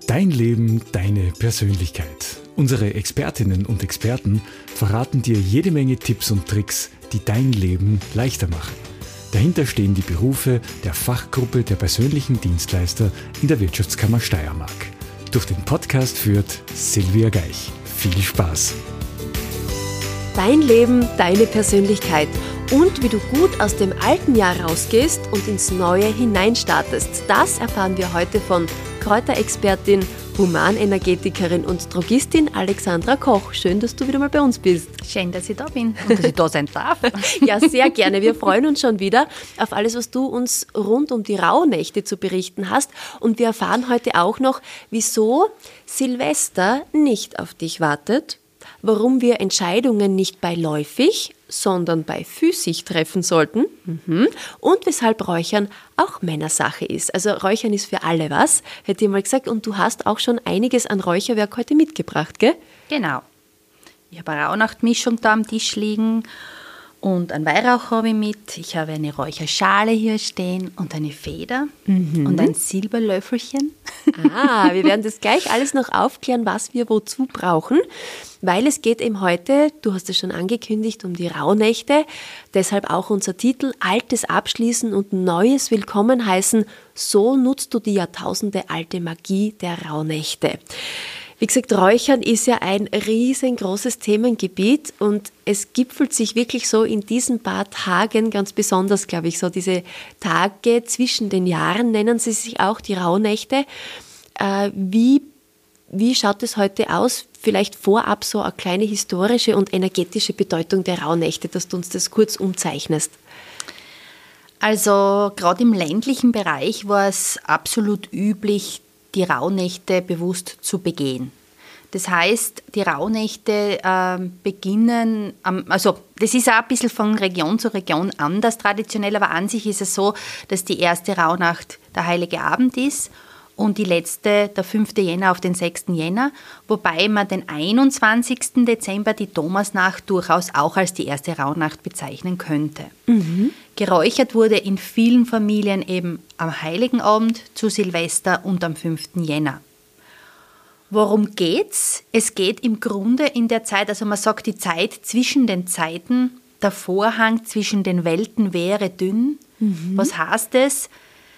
Dein Leben, deine Persönlichkeit. Unsere Expertinnen und Experten verraten dir jede Menge Tipps und Tricks, die dein Leben leichter machen. Dahinter stehen die Berufe der Fachgruppe der persönlichen Dienstleister in der Wirtschaftskammer Steiermark. Durch den Podcast führt Silvia Geich. Viel Spaß! Dein Leben, deine Persönlichkeit und wie du gut aus dem alten Jahr rausgehst und ins neue hineinstartest. Das erfahren wir heute von Kräuterexpertin, Humanenergetikerin und Drogistin Alexandra Koch. Schön, dass du wieder mal bei uns bist. Schön, dass ich da bin und dass ich da sein darf. Ja, sehr gerne. Wir freuen uns schon wieder auf alles, was du uns rund um die Rauhnächte zu berichten hast. Und wir erfahren heute auch noch, wieso Silvester nicht auf dich wartet, warum wir Entscheidungen nicht beiläufig, sondern beifüßig treffen sollten und weshalb Räuchern auch Männersache ist. Also Räuchern ist für alle was, hätte ich mal gesagt. Und du hast auch schon einiges an Räucherwerk heute mitgebracht, gell? Genau. Ich habe eine Rauhnachtmischung da am Tisch liegen und einen Weihrauch habe ich mit. Ich habe eine Räucherschale hier stehen und eine Feder und ein Silberlöffelchen. Wir werden das gleich alles noch aufklären, was wir wozu brauchen, weil es geht eben heute, du hast es schon angekündigt, um die Rauhnächte. Deshalb auch unser Titel, Altes abschließen und Neues willkommen heißen. So nutzt du die jahrtausendealte Magie der Rauhnächte. Wie gesagt, Räuchern ist ja ein riesengroßes Themengebiet und es gipfelt sich wirklich so in diesen paar Tagen ganz besonders, glaube ich, so diese Tage zwischen den Jahren nennen sie sich auch die Rauhnächte. Wie schaut es heute aus? Vielleicht vorab so eine kleine historische und energetische Bedeutung der Rauhnächte, dass du uns das kurz umzeichnest. Also gerade im ländlichen Bereich war es absolut üblich, die Rauhnächte bewusst zu begehen. Das heißt, die Rauhnächte beginnen, also das ist auch ein bisschen von Region zu Region anders traditionell, aber an sich ist es so, dass die erste Rauhnacht der Heilige Abend ist und die letzte der 5. Jänner auf den 6. Jänner, wobei man den 21. Dezember, die Thomasnacht, durchaus auch als die erste Rauhnacht bezeichnen könnte. Geräuchert wurde in vielen Familien eben am Heiligen Abend, zu Silvester und am 5. Jänner. Worum geht's? Es geht im Grunde in der Zeit, also man sagt die Zeit zwischen den Zeiten, der Vorhang zwischen den Welten wäre dünn. Was heißt das?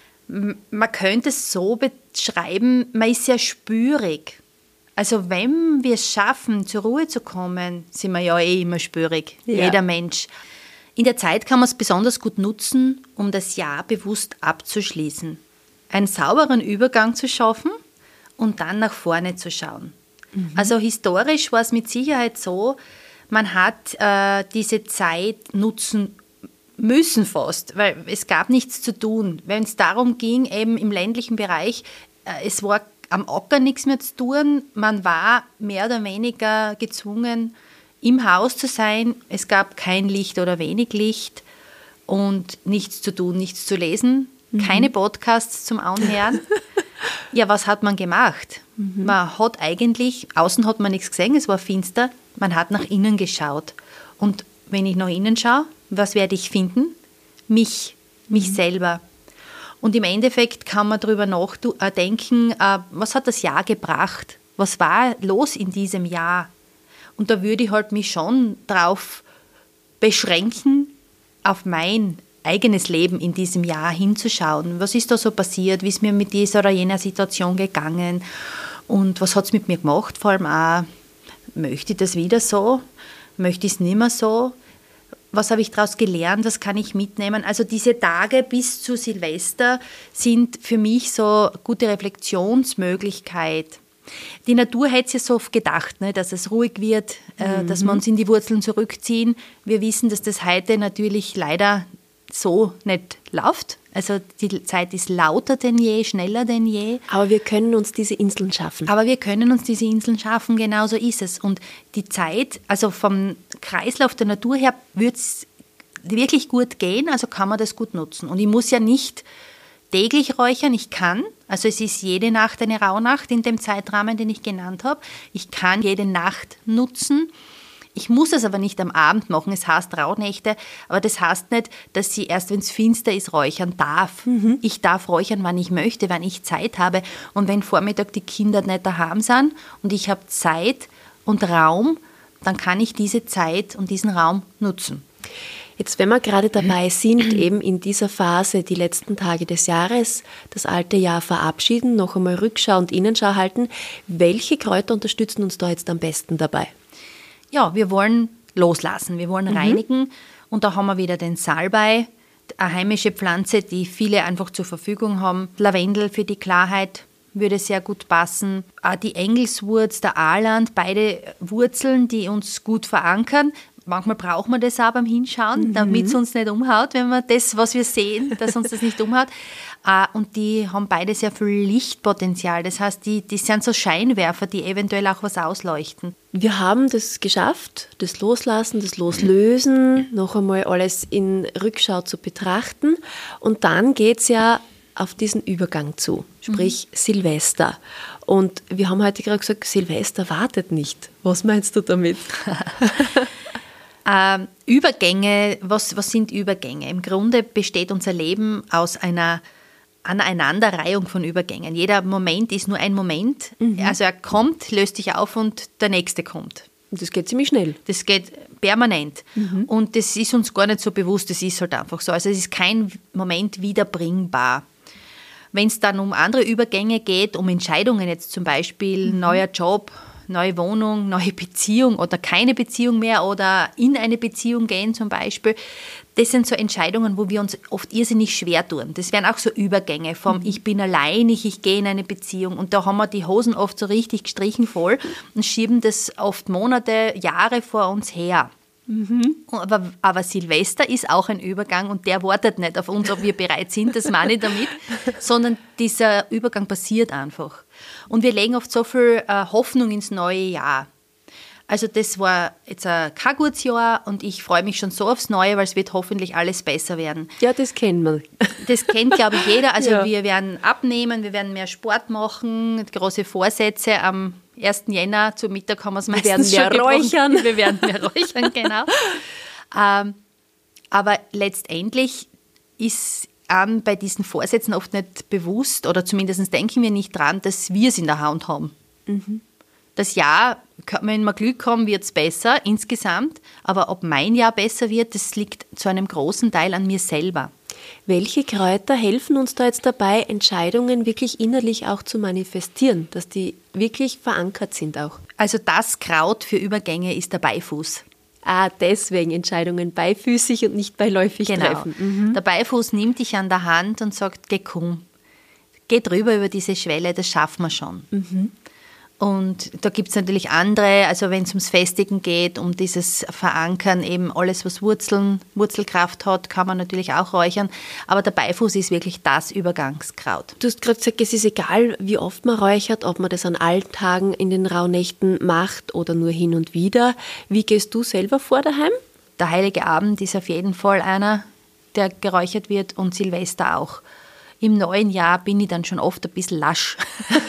Man könnte es so beschreiben, man ist sehr spürig. Also wenn wir es schaffen, zur Ruhe zu kommen, sind wir ja immer spürig, jeder Mensch. In der Zeit kann man es besonders gut nutzen, um das Jahr bewusst abzuschließen, einen sauberen Übergang zu schaffen und dann nach vorne zu schauen. Also historisch war es mit Sicherheit so, man hat diese Zeit nutzen müssen fast, weil es gab nichts zu tun. Wenn es darum ging, eben im ländlichen Bereich, es war am Acker nichts mehr zu tun, man war mehr oder weniger gezwungen, im Haus zu sein. Es gab kein Licht oder wenig Licht und nichts zu tun, nichts zu lesen, keine Podcasts zum Anhören. Ja, was hat man gemacht? Man hat eigentlich, außen hat man nichts gesehen, es war finster, man hat nach innen geschaut. Und wenn ich nach innen schaue, was werde ich finden? Mich selber. Und im Endeffekt kann man darüber nachdenken, was hat das Jahr gebracht? Was war los in diesem Jahr? Und da würde ich halt mich schon drauf beschränken, auf mein eigenes Leben in diesem Jahr hinzuschauen. Was ist da so passiert? Wie ist mir mit dieser oder jener Situation gegangen? Und was hat es mit mir gemacht? Vor allem auch, möchte ich das wieder so? Möchte ich es nicht mehr so? Was habe ich daraus gelernt? Was kann ich mitnehmen? Also diese Tage bis zu Silvester sind für mich so eine gute Reflexionsmöglichkeit. Die Natur hätte es ja so oft gedacht, ne, dass es ruhig wird, dass wir uns in die Wurzeln zurückziehen. Wir wissen, dass das heute natürlich leider so nicht läuft. Also die Zeit ist lauter denn je, schneller denn je. Aber wir können uns diese Inseln schaffen. Genau so ist es. Und die Zeit, also vom Kreislauf der Natur her, wird es wirklich gut gehen, also kann man das gut nutzen. Und ich muss ja nicht täglich räuchern, ich kann, also es ist jede Nacht eine Rauhnacht in dem Zeitrahmen, den ich genannt habe. Ich kann jede Nacht nutzen. Ich muss es aber nicht am Abend machen, es heißt Rauhnächte, aber das heißt nicht, dass ich erst, wenn es finster ist, räuchern darf. Ich darf räuchern, wann ich möchte, wann ich Zeit habe. Und wenn Vormittag die Kinder nicht daheim sind und ich habe Zeit und Raum, dann kann ich diese Zeit und diesen Raum nutzen. Jetzt, wenn wir gerade dabei sind, eben in dieser Phase, die letzten Tage des Jahres, das alte Jahr verabschieden, noch einmal Rückschau und Innenschau halten, welche Kräuter unterstützen uns da jetzt am besten dabei? Ja, wir wollen loslassen, wir wollen reinigen und da haben wir wieder den Salbei, eine heimische Pflanze, die viele einfach zur Verfügung haben. Lavendel für die Klarheit würde sehr gut passen. Auch die Engelswurz, der Aaland, beide Wurzeln, die uns gut verankern. Manchmal braucht man das auch beim Hinschauen, damit es uns nicht umhaut, wenn wir das, was wir sehen, dass uns das nicht umhaut. Und die haben beide sehr viel Lichtpotenzial. Das heißt, die sind so Scheinwerfer, die eventuell auch was ausleuchten. Wir haben das geschafft, das Loslassen, das Loslösen, noch einmal alles in Rückschau zu betrachten. Und dann geht es ja auf diesen Übergang zu, sprich Silvester. Und wir haben heute gerade gesagt, Silvester wartet nicht. Was meinst du damit? Übergänge, was sind Übergänge? Im Grunde besteht unser Leben aus einer Aneinanderreihung von Übergängen. Jeder Moment ist nur ein Moment. Also er kommt, löst sich auf und der nächste kommt. Und das geht ziemlich schnell. Das geht permanent. Und das ist uns gar nicht so bewusst, das ist halt einfach so. Also es ist kein Moment wiederbringbar. Wenn es dann um andere Übergänge geht, um Entscheidungen jetzt zum Beispiel, neuer Job, neue Wohnung, neue Beziehung oder keine Beziehung mehr oder in eine Beziehung gehen zum Beispiel. Das sind so Entscheidungen, wo wir uns oft irrsinnig schwer tun. Das wären auch so Übergänge vom ich bin alleinig, ich gehe in eine Beziehung und da haben wir die Hosen oft so richtig gestrichen voll und schieben das oft Monate, Jahre vor uns her. Aber Silvester ist auch ein Übergang und der wartet nicht auf uns, ob wir bereit sind, das meine ich damit, sondern dieser Übergang passiert einfach. Und wir legen oft so viel Hoffnung ins neue Jahr. Also das war jetzt kein gutes Jahr und ich freue mich schon so aufs Neue, weil es wird hoffentlich alles besser werden. Ja, das kennen wir. Das kennt, glaube ich, jeder. Also ja. Wir werden abnehmen, wir werden mehr Sport machen, große Vorsätze. Am 1. Jänner zu Mittag haben wir es meistens schon räuchern. Wir werden mehr räuchern, genau. Aber letztendlich ist bei diesen Vorsätzen oft nicht bewusst oder zumindest denken wir nicht dran, dass wir es in der Hand haben. Das Jahr, wenn wir Glück haben, wird es besser insgesamt, aber ob mein Jahr besser wird, das liegt zu einem großen Teil an mir selber. Welche Kräuter helfen uns da jetzt dabei, Entscheidungen wirklich innerlich auch zu manifestieren, dass die wirklich verankert sind auch? Also das Kraut für Übergänge ist der Beifuß. Deswegen Entscheidungen beifüßig und nicht beiläufig treffen. Der Beifuß nimmt dich an der Hand und sagt, geh komm, geh drüber über diese Schwelle, das schaffen wir schon. Und da gibt es natürlich andere, also wenn es ums Festigen geht, um dieses Verankern, eben alles, was Wurzelkraft hat, kann man natürlich auch räuchern. Aber der Beifuß ist wirklich das Übergangskraut. Du hast gerade gesagt, es ist egal, wie oft man räuchert, ob man das an allen Tagen in den Rauhnächten macht oder nur hin und wieder. Wie gehst du selber vor daheim? Der Heilige Abend ist auf jeden Fall einer, der geräuchert wird und Silvester auch. Im neuen Jahr bin ich dann schon oft ein bisschen lasch.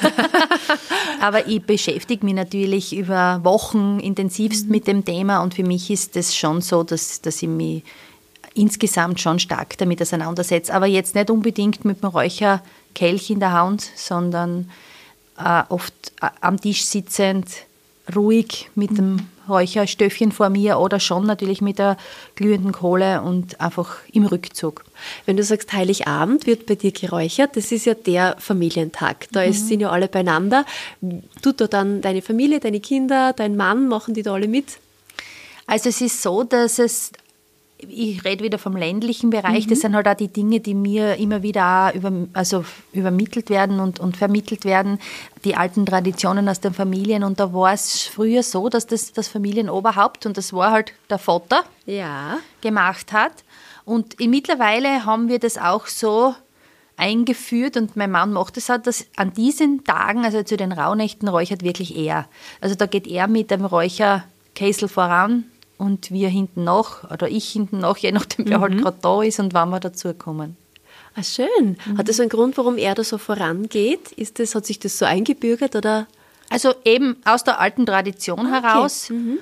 Aber ich beschäftige mich natürlich über Wochen intensivst mit dem Thema und für mich ist es schon so, dass ich mich insgesamt schon stark damit auseinandersetze. Aber jetzt nicht unbedingt mit dem Räucherkelch in der Hand, sondern oft am Tisch sitzend, ruhig mit dem Räucherstöffchen vor mir oder schon natürlich mit der glühenden Kohle und einfach im Rückzug. Wenn du sagst, Heiligabend wird bei dir geräuchert, das ist ja der Familientag. Da sind ja alle beieinander. Tut da dann deine Familie, deine Kinder, dein Mann, machen die da alle mit? Also es ist so, dass ich rede wieder vom ländlichen Bereich, das sind halt auch die Dinge, die mir immer wieder auch übermittelt werden und vermittelt werden, die alten Traditionen aus den Familien. Und da war es früher so, dass das Familienoberhaupt, und das war halt der Vater, gemacht hat. Und mittlerweile haben wir das auch so eingeführt und mein Mann macht es auch, dass an diesen Tagen, also zu den Rauhnächten, räuchert wirklich er. Also da geht er mit dem Räucherkessel voran und wir hinten nach oder ich hinten nach, je nachdem wer halt gerade da ist und wann wir dazukommen. Schön. Hat das einen Grund, warum er da so vorangeht? Hat sich das so eingebürgert oder? Also eben aus der alten Tradition heraus.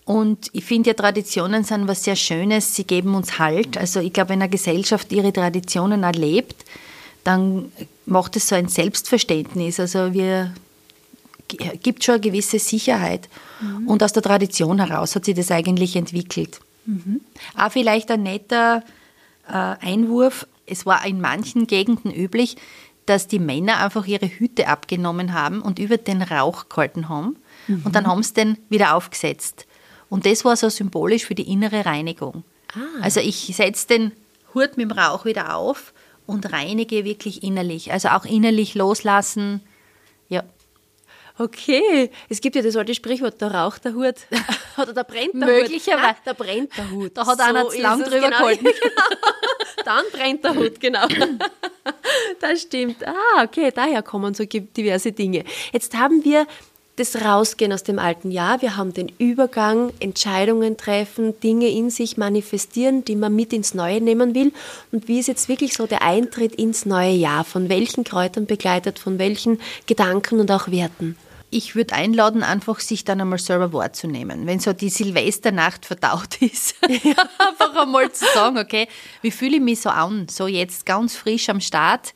Und ich finde ja, Traditionen sind was sehr Schönes, sie geben uns Halt. Also ich glaube, wenn eine Gesellschaft ihre Traditionen erlebt, dann macht es so ein Selbstverständnis. Also gibt schon eine gewisse Sicherheit. Und aus der Tradition heraus hat sich das eigentlich entwickelt. Auch vielleicht ein netter Einwurf, es war in manchen Gegenden üblich, dass die Männer einfach ihre Hüte abgenommen haben und über den Rauch gehalten haben. Und dann haben sie den wieder aufgesetzt. Und das war so symbolisch für die innere Reinigung. Also ich setze den Hut mit dem Rauch wieder auf und reinige wirklich innerlich. Also auch innerlich loslassen. Ja. Okay, es gibt ja das alte Sprichwort, da raucht der Hut oder da brennt der Hut. Möglicherweise. Da brennt der Hut. Da hat einer zu lang drüber gehalten. Dann brennt der Hut, genau. Das stimmt. Okay, daher kommen so diverse Dinge. Jetzt haben wir das Rausgehen aus dem alten Jahr. Wir haben den Übergang, Entscheidungen treffen, Dinge in sich manifestieren, die man mit ins Neue nehmen will. Und wie ist jetzt wirklich so der Eintritt ins neue Jahr? Von welchen Kräutern begleitet, von welchen Gedanken und auch Werten? Ich würde einladen, einfach sich dann einmal selber wahrzunehmen. Wenn so die Silvesternacht verdaut ist, einfach einmal zu sagen, okay, wie fühle ich mich so an? So jetzt ganz frisch am Start.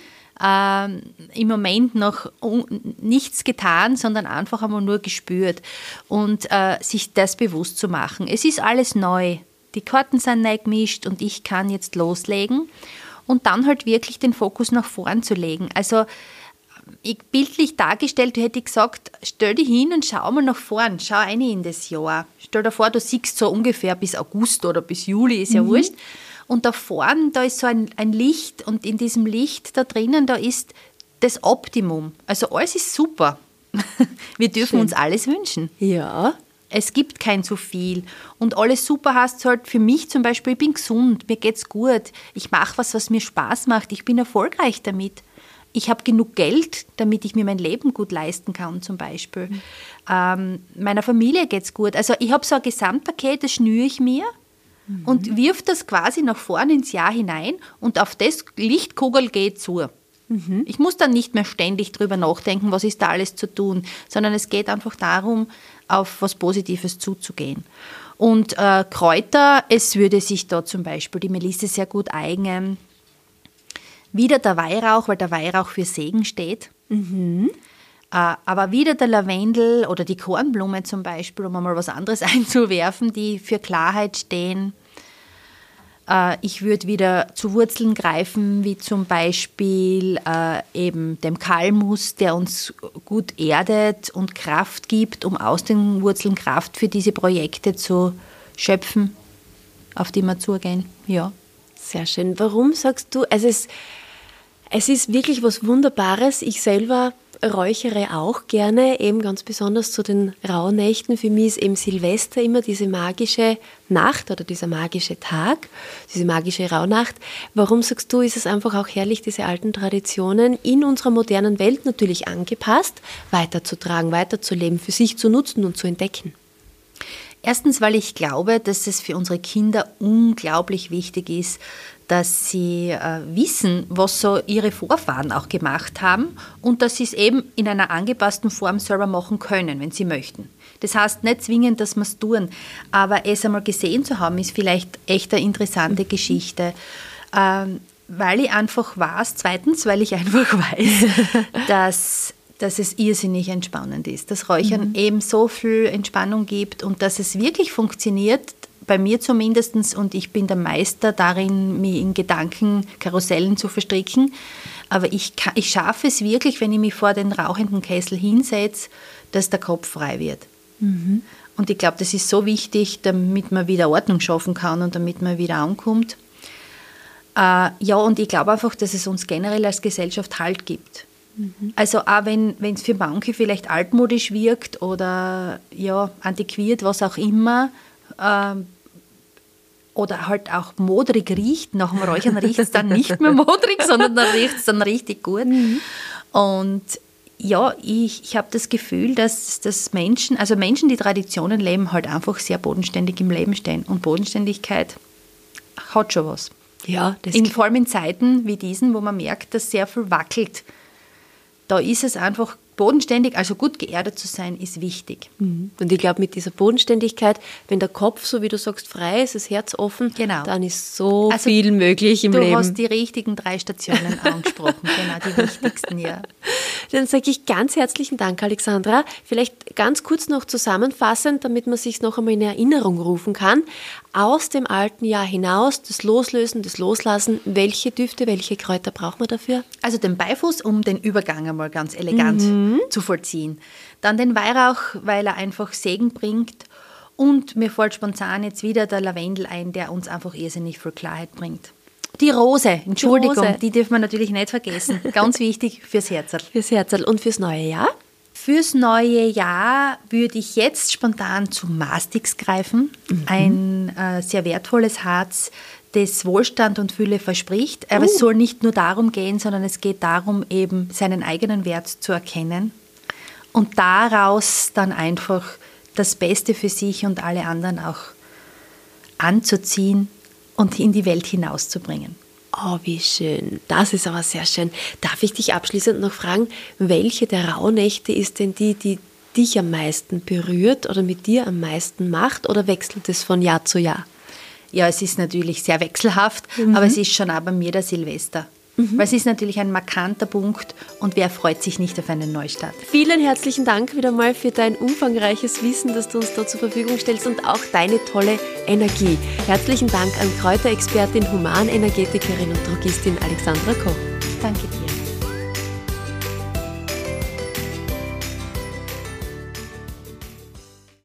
Im Moment noch nichts getan, sondern einfach einmal nur gespürt und sich das bewusst zu machen. Es ist alles neu. Die Karten sind neu gemischt und ich kann jetzt loslegen und dann halt wirklich den Fokus nach vorn zu legen. Also bildlich dargestellt hätte ich gesagt, stell dich hin und schau mal nach vorn, schau rein in das Jahr. Stell dir vor, du siehst so ungefähr bis August oder bis Juli, ist ja wurscht. Und da vorne, da ist so ein Licht und in diesem Licht da drinnen, da ist das Optimum. Also alles ist super. Wir dürfen uns alles wünschen. Ja. Es gibt kein zu viel. Und alles super heißt halt für mich zum Beispiel, ich bin gesund, mir geht's gut, ich mache was mir Spaß macht, ich bin erfolgreich damit. Ich habe genug Geld, damit ich mir mein Leben gut leisten kann zum Beispiel. Meiner Familie geht's gut. Also ich habe so ein Gesamtpaket, das schnüre ich mir. Und wirf das quasi nach vorne ins Jahr hinein und auf das Lichtkugel geht zu. Ich muss dann nicht mehr ständig drüber nachdenken, was ist da alles zu tun, sondern es geht einfach darum, auf was Positives zuzugehen. Und Kräuter, es würde sich da zum Beispiel die Melisse sehr gut eignen. Wieder der Weihrauch, weil der Weihrauch für Segen steht. Aber wieder der Lavendel oder die Kornblume zum Beispiel, um einmal was anderes einzuwerfen, die für Klarheit stehen. Ich würde wieder zu Wurzeln greifen, wie zum Beispiel eben dem Kalmus, der uns gut erdet und Kraft gibt, um aus den Wurzeln Kraft für diese Projekte zu schöpfen, auf die wir zugehen. Ja. Sehr schön. Warum sagst du, also es ist wirklich was Wunderbares. Ich selber räuchere auch gerne, eben ganz besonders zu den Rauhnächten. Für mich ist eben Silvester immer diese magische Nacht oder dieser magische Tag, diese magische Rauhnacht. Warum sagst du, ist es einfach auch herrlich, diese alten Traditionen in unserer modernen Welt natürlich angepasst, weiterzutragen, weiterzuleben, für sich zu nutzen und zu entdecken? Erstens, weil ich glaube, dass es für unsere Kinder unglaublich wichtig ist, dass sie wissen, was so ihre Vorfahren auch gemacht haben und dass sie es eben in einer angepassten Form selber machen können, wenn sie möchten. Das heißt nicht zwingend, dass wir es tun, aber es einmal gesehen zu haben, ist vielleicht echt eine interessante Geschichte. Weil ich einfach weiß, zweitens, weil ich einfach weiß, dass es irrsinnig entspannend ist, dass Räuchern eben so viel Entspannung gibt und dass es wirklich funktioniert, bei mir zumindest, und ich bin der Meister darin, mich in Gedankenkarussellen zu verstricken, aber ich schaffe es wirklich, wenn ich mich vor den rauchenden Kessel hinsetze, dass der Kopf frei wird. Und ich glaube, das ist so wichtig, damit man wieder Ordnung schaffen kann und damit man wieder ankommt. Ja, und ich glaube einfach, dass es uns generell als Gesellschaft Halt gibt. Also auch wenn es für manche vielleicht altmodisch wirkt oder ja, antiquiert, was auch immer, oder halt auch modrig riecht. Nach dem Räuchern riecht es dann nicht mehr modrig, sondern dann riecht es dann richtig gut. Und ja, ich habe das Gefühl, dass Menschen, die Traditionen leben, halt einfach sehr bodenständig im Leben stehen. Und Bodenständigkeit hat schon was. Ja, vor allem in Zeiten wie diesen, wo man merkt, dass sehr viel wackelt. Da ist es einfach bodenständig, also gut geerdet zu sein, ist wichtig. Und ich glaube, mit dieser Bodenständigkeit, wenn der Kopf, so wie du sagst, frei ist, das Herz offen, Genau. dann ist so viel möglich im Leben. Du hast die richtigen 3 Stationen angesprochen, genau, die wichtigsten, ja. Dann sage ich ganz herzlichen Dank, Alexandra. Vielleicht ganz kurz noch zusammenfassend, damit man sich noch einmal in Erinnerung rufen kann. Aus dem alten Jahr hinaus, das Loslösen, das Loslassen, welche Düfte, welche Kräuter braucht man dafür? Also den Beifuß, um den Übergang einmal ganz elegant zu vollziehen. Dann den Weihrauch, weil er einfach Segen bringt. Und mir fällt spontan jetzt wieder der Lavendel ein, der uns einfach irrsinnig viel Klarheit bringt. Die Rose, Entschuldigung, die dürfen wir natürlich nicht vergessen. Ganz wichtig fürs Herzl. Fürs Herzl und fürs neue Jahr? Fürs neue Jahr würde ich jetzt spontan zu Mastix greifen. Ein sehr wertvolles Harz, das Wohlstand und Fülle verspricht. Aber es soll nicht nur darum gehen, sondern es geht darum, eben seinen eigenen Wert zu erkennen und daraus dann einfach das Beste für sich und alle anderen auch anzuziehen und in die Welt hinauszubringen. Oh, wie schön. Das ist aber sehr schön. Darf ich dich abschließend noch fragen, welche der Rauhnächte ist denn die dich am meisten berührt oder mit dir am meisten macht, oder wechselt es von Jahr zu Jahr? Ja, es ist natürlich sehr wechselhaft, aber es ist schon auch bei mir der Silvester. Weil es ist natürlich ein markanter Punkt und wer freut sich nicht auf einen Neustart. Vielen herzlichen Dank wieder mal für dein umfangreiches Wissen, das du uns da zur Verfügung stellst, und auch deine tolle Energie. Herzlichen Dank an Kräuterexpertin, Humanenergetikerin und Drogistin Alexandra Koch. Danke dir.